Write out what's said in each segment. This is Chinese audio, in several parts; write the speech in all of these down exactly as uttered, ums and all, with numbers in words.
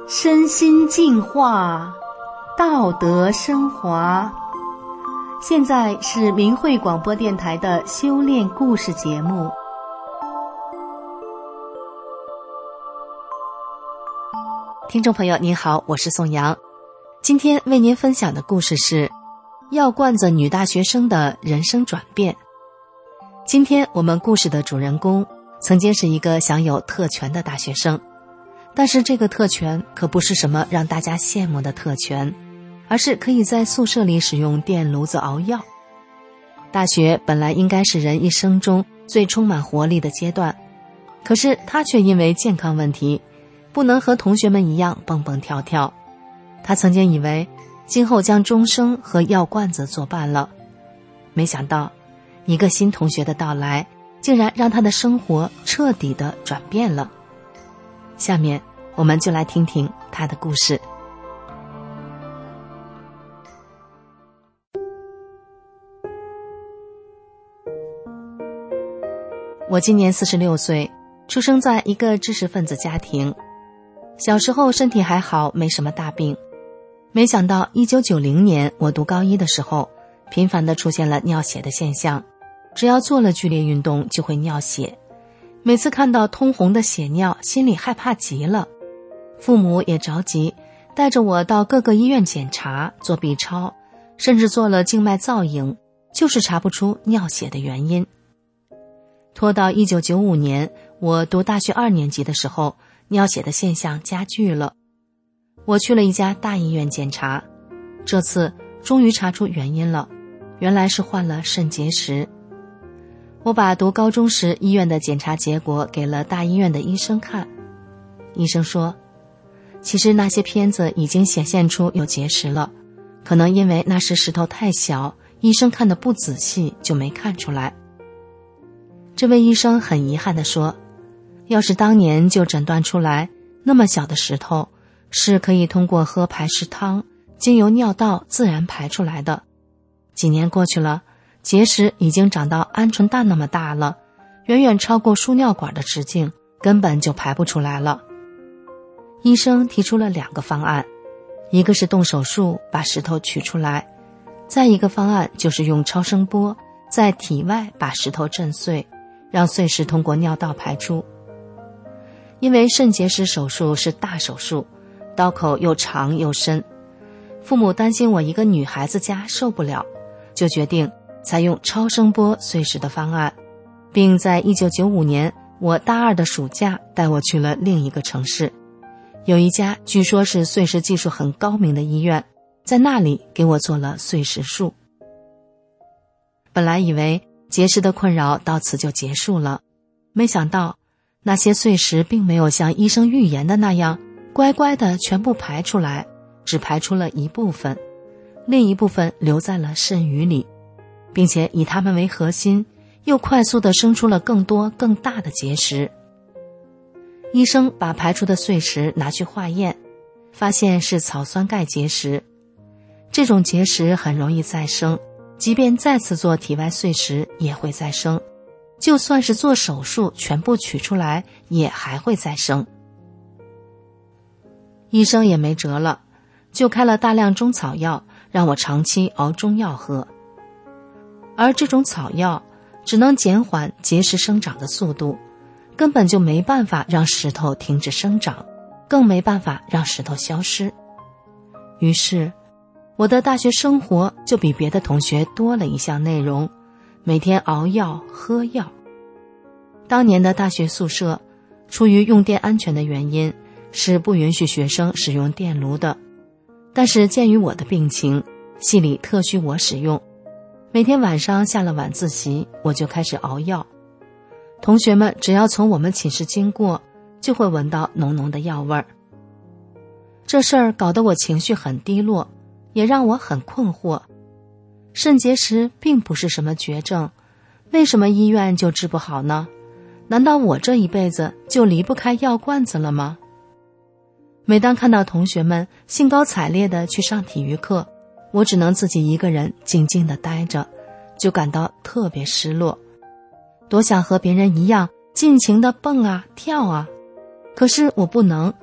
身心净化，道德升华。现在是明慧广播电台的修炼故事节目。听众朋友您好，我是宋阳。今天为您分享的故事是药罐子女大学生的人生转变。今天我们故事的主人公曾经是一个享有特权的大学生，但是这个特权可不是什么让大家羡慕的特权，而是可以在宿舍里使用电炉子熬药。大学本来应该是人一生中最充满活力的阶段，可是他却因为健康问题不能和同学们一样蹦蹦跳跳。他曾经以为今后将终生和药罐子作伴了，没想到一个新同学的到来竟然让他的生活彻底的转变了。下面我们就来听听他的故事。我今年四十六岁，出生在一个知识分子家庭。小时候身体还好，没什么大病。没想到一九九零年我读高一的时候，频繁地出现了尿血的现象，只要做了剧烈运动就会尿血。每次看到通红的血尿，心里害怕极了。父母也着急，带着我到各个医院检查，做 B 超，甚至做了静脉造影，就是查不出尿血的原因。拖到一九九五年，我读大学二年级的时候，尿血的现象加剧了。我去了一家大医院检查，这次终于查出原因了，原来是患了肾结石。我把读高中时医院的检查结果给了大医院的医生看，医生说，其实那些片子已经显现出有结石了，可能因为那时石头太小，医生看得不仔细，就没看出来。这位医生很遗憾地说，要是当年就诊断出来，那么小的石头是可以通过喝排石汤，经由尿道自然排出来的。几年过去了，结石已经长到鹌鹑蛋那么大了，远远超过输尿管的直径，根本就排不出来了。医生提出了两个方案，一个是动手术把石头取出来，再一个方案就是用超声波在体外把石头震碎，让碎石通过尿道排出。因为肾结石手术是大手术，刀口又长又深，父母担心我一个女孩子家受不了，就决定采用超声波碎石的方案，并在一九九五年我大二的暑假带我去了另一个城市，有一家据说是碎石技术很高明的医院，在那里给我做了碎石术。本来以为结石的困扰到此就结束了，没想到那些碎石并没有像医生预言的那样乖乖地全部排出来，只排出了一部分，另一部分留在了肾盂里，并且以它们为核心，又快速地生出了更多更大的结石。医生把排出的碎石拿去化验，发现是草酸钙结石。这种结石很容易再生，即便再次做体外碎石也会再生，就算是做手术全部取出来也还会再生。医生也没辙了，就开了大量中草药，让我长期熬中药喝。而这种草药只能减缓结石生长的速度，根本就没办法让石头停止生长，更没办法让石头消失。于是我的大学生活就比别的同学多了一项内容，每天熬药喝药。当年的大学宿舍出于用电安全的原因，是不允许学生使用电炉的，但是鉴于我的病情，系里特许我使用。每天晚上下了晚自习，我就开始熬药。同学们只要从我们寝室经过，就会闻到浓浓的药味儿。这事儿搞得我情绪很低落，也让我很困惑。肾结石并不是什么绝症，为什么医院就治不好呢？难道我这一辈子就离不开药罐子了吗？每当看到同学们兴高采烈地去上体育课，我只能自己一个人静静地待着，就感到特别失落。多想和别人一样尽情地蹦啊跳啊，可是我不能，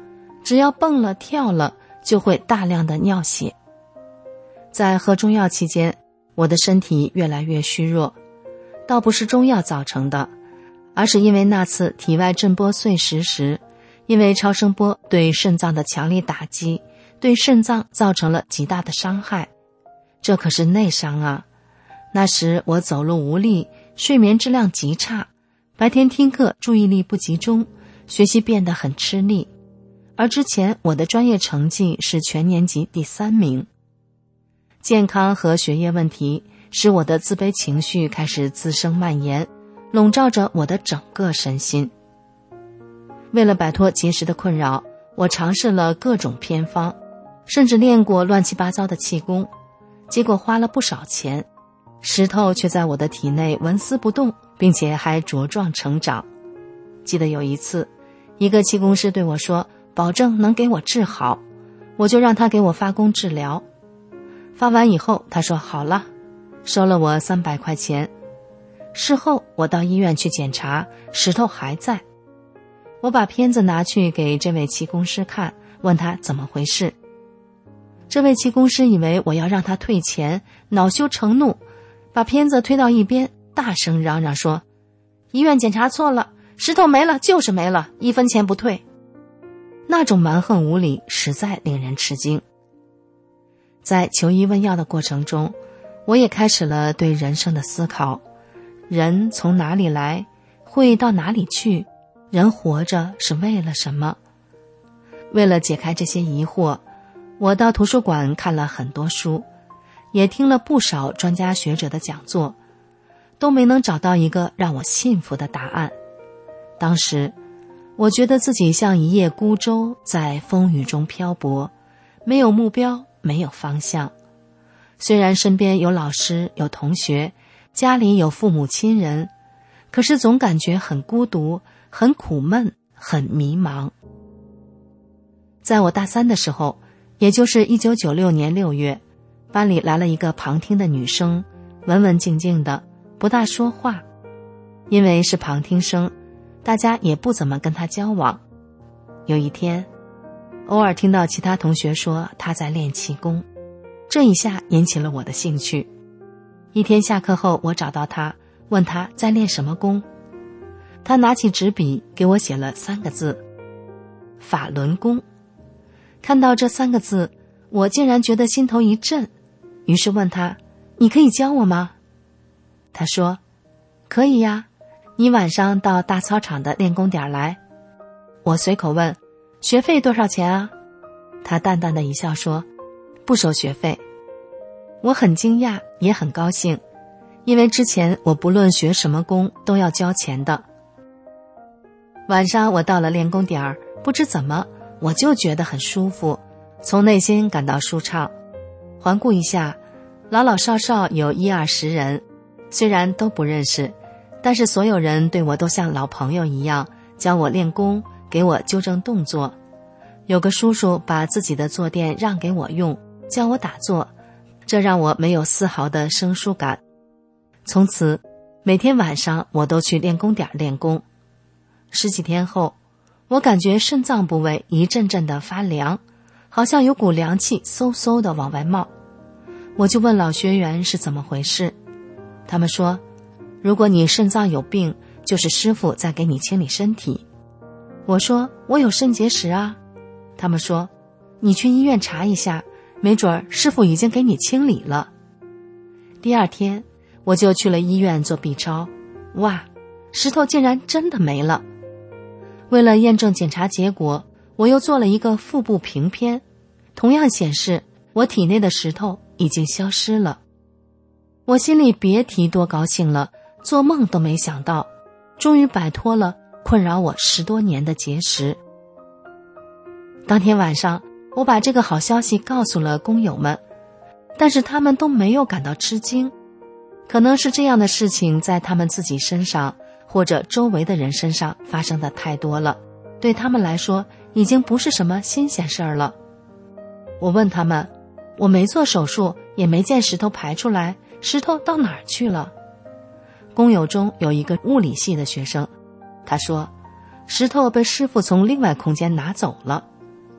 只要蹦了跳了，就会大量的尿血。在喝中药期间，我的身体越来越虚弱，倒不是中药造成的，而是因为那次体外震波碎石时，因为超声波对肾脏的强力打击，对肾脏造成了极大的伤害。这可是内伤啊！那时我走路无力，睡眠质量极差，白天听课注意力不集中，学习变得很吃力。而之前我的专业成绩是全年级第三名。健康和学业问题使我的自卑情绪开始滋生蔓延，笼罩着我的整个身心。为了摆脱结石的困扰，我尝试了各种偏方，甚至练过乱七八糟的气功，结果花了不少钱，石头却在我的体内纹丝不动，并且还茁壮成长。记得有一次，一个气功师对我说，保证能给我治好，我就让他给我发工治疗。发完以后，他说好了，收了我三百块钱。事后我到医院去检查，石头还在。我把片子拿去给这位气功师看，问他怎么回事。这位气功师以为我要让他退钱，恼羞成怒，把片子推到一边，大声嚷嚷说，医院检查错了，石头没了就是没了，一分钱不退。那种蛮横无理实在令人吃惊。在求医问药的过程中，我也开始了对人生的思考，人从哪里来，会到哪里去，人活着是为了什么？为了解开这些疑惑，我到图书馆看了很多书，也听了不少专家学者的讲座，都没能找到一个让我信服的答案。当时我觉得自己像一叶孤舟，在风雨中漂泊，没有目标，没有方向。虽然身边有老师，有同学，家里有父母亲人，可是总感觉很孤独，很苦闷，很迷茫。在我大三的时候，也就是一九九六年六月，班里来了一个旁听的女生，文文静静的，不大说话。因为是旁听生，大家也不怎么跟她交往。有一天，偶尔听到其他同学说她在练气功，这一下引起了我的兴趣。一天下课后，我找到她，问她在练什么功。她拿起纸笔给我写了三个字：法轮功。看到这三个字，我竟然觉得心头一震，于是问她，你可以教我吗？她说，可以呀，你晚上到大操场的练功点来。我随口问，学费多少钱啊？她淡淡的一笑说，不收学费。我很惊讶，也很高兴，因为之前我不论学什么功都要交钱的。晚上我到了练功点儿，不知怎么我就觉得很舒服，从内心感到舒畅。环顾一下，老老少少有一二十人，虽然都不认识，但是所有人对我都像老朋友一样，教我练功，给我纠正动作。有个叔叔把自己的坐垫让给我用，教我打坐，这让我没有丝毫的生疏感。从此每天晚上我都去练功点练功。十几天后，我感觉肾脏部位一阵阵的发凉，好像有股凉气嗖嗖的往外冒。我就问老学员是怎么回事，他们说，如果你肾脏有病，就是师父在给你清理身体。我说，我有肾结石啊。他们说，你去医院查一下，没准师父已经给你清理了。第二天我就去了医院做 B 超，哇，石头竟然真的没了。为了验证检查结果，我又做了一个腹部平片，同样显示我体内的石头已经消失了。我心里别提多高兴了，做梦都没想到，终于摆脱了困扰我十多年的结石。当天晚上，我把这个好消息告诉了工友们，但是他们都没有感到吃惊。可能是这样的事情在他们自己身上或者周围的人身上发生的太多了，对他们来说已经不是什么新鲜事儿了。我问他们，我没做手术，也没见石头排出来，石头到哪儿去了？工友中有一个物理系的学生，他说，石头被师父从另外空间拿走了。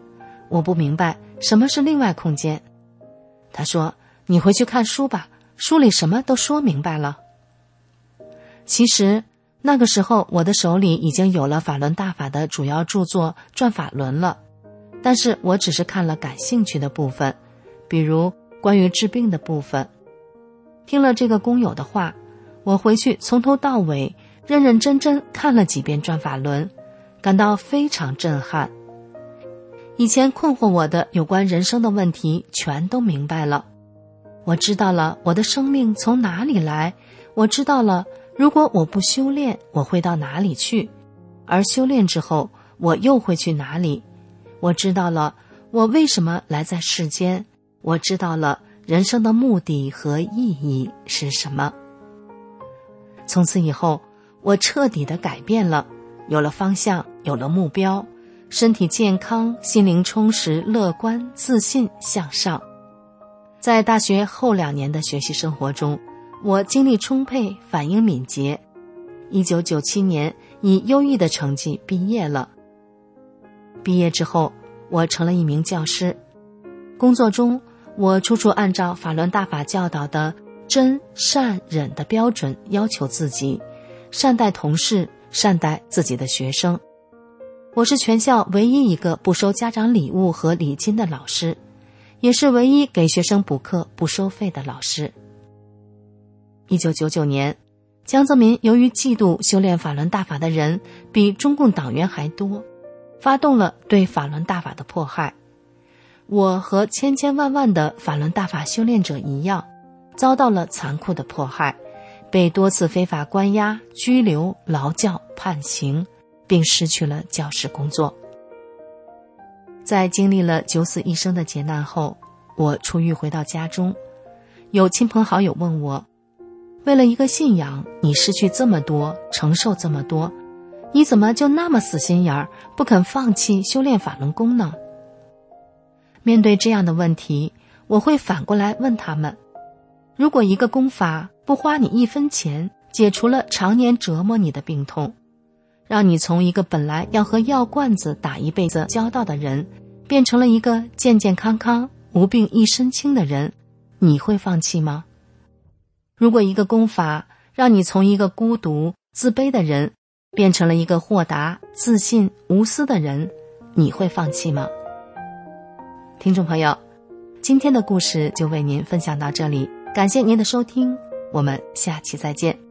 我不明白什么是另外空间。他说，你回去看书吧，书里什么都说明白了。其实那个时候我的手里已经有了法轮大法的主要著作《转法轮》了，但是我只是看了感兴趣的部分，比如关于治病的部分。听了这个工友的话，我回去从头到尾认认真真看了几遍《转法轮》，感到非常震撼。以前困惑我的有关人生的问题全都明白了。我知道了我的生命从哪里来，我知道了如果我不修炼，我会到哪里去，而修炼之后我又会去哪里。我知道了我为什么来在世间，我知道了人生的目的和意义是什么。从此以后，我彻底地改变了，有了方向，有了目标，身体健康，心灵充实，乐观，自信，向上。在大学后两年的学习生活中，我精力充沛，反应敏捷。一九九七年以优异的成绩毕业了。毕业之后，我成了一名教师。工作中，我处处按照法轮大法教导的真善忍的标准要求自己，善待同事，善待自己的学生。我是全校唯一一个不收家长礼物和礼金的老师，也是唯一给学生补课不收费的老师。一九九九年，江泽民由于嫉妒修炼法轮大法的人比中共党员还多，发动了对法轮大法的迫害。我和千千万万的法轮大法修炼者一样，遭到了残酷的迫害，被多次非法关押、拘留、劳教、判刑，并失去了教师工作。在经历了九死一生的劫难后，我出狱回到家中，有亲朋好友问我，为了一个信仰，你失去这么多，承受这么多，你怎么就那么死心眼儿，不肯放弃修炼法轮功呢？面对这样的问题，我会反过来问他们，如果一个功法不花你一分钱，解除了常年折磨你的病痛，让你从一个本来要和药罐子打一辈子交道的人，变成了一个健健康康、无病一身轻的人，你会放弃吗？如果一个功法让你从一个孤独、自卑的人，变成了一个豁达、自信、无私的人，你会放弃吗？听众朋友，今天的故事就为您分享到这里，感谢您的收听，我们下期再见。